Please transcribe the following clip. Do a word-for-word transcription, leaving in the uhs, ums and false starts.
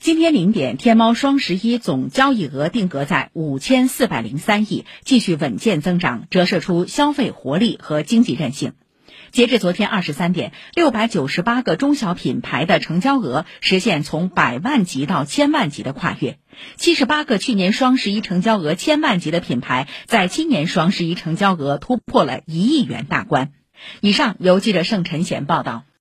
今天零点，天猫双十一总交易额定格在五千四百零三亿，继续稳健增长，折射出消费活力和经济韧性。截至昨天二十三点，六百九十八个中小品牌的成交额实现从百万级到千万级的跨越，七十八个去年双十一成交额千万级的品牌，在今年双十一成交额突破了一亿元大关。以上由记者盛晨贤报道。